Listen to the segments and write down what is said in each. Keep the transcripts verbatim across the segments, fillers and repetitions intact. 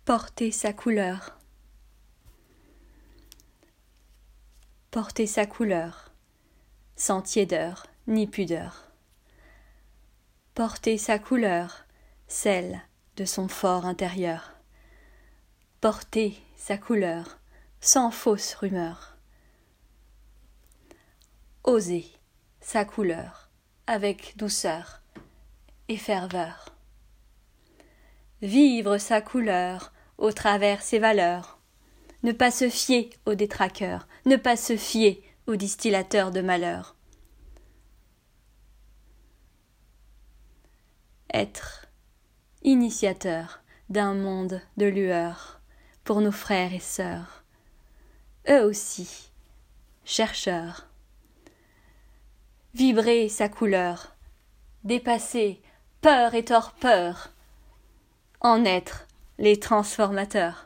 porter sa couleur. Porter sa couleur, sans tiédeur ni pudeur. Porter sa couleur, celle de son fort intérieur. Porter sa couleur, sans fausse rumeur. Oser sa couleur, avec douceur et ferveur. Vivre sa couleur au travers ses valeurs. Ne pas se fier aux détraqueurs, ne pas se fier aux distillateurs de malheur. Être initiateur d'un monde de lueur pour nos frères et sœurs, eux aussi, chercheurs. Vibrer sa couleur, dépasser peur et torpeur, en être les transformateurs.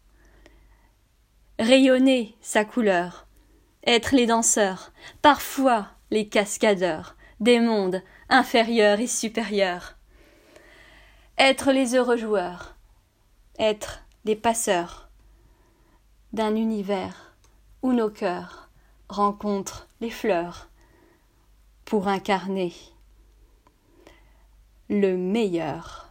Rayonner sa couleur, être les danseurs, parfois les cascadeurs des mondes inférieurs et supérieurs. Être les heureux joueurs, être les passeurs d'un univers où nos cœurs rencontrent les fleurs pour incarner le meilleur.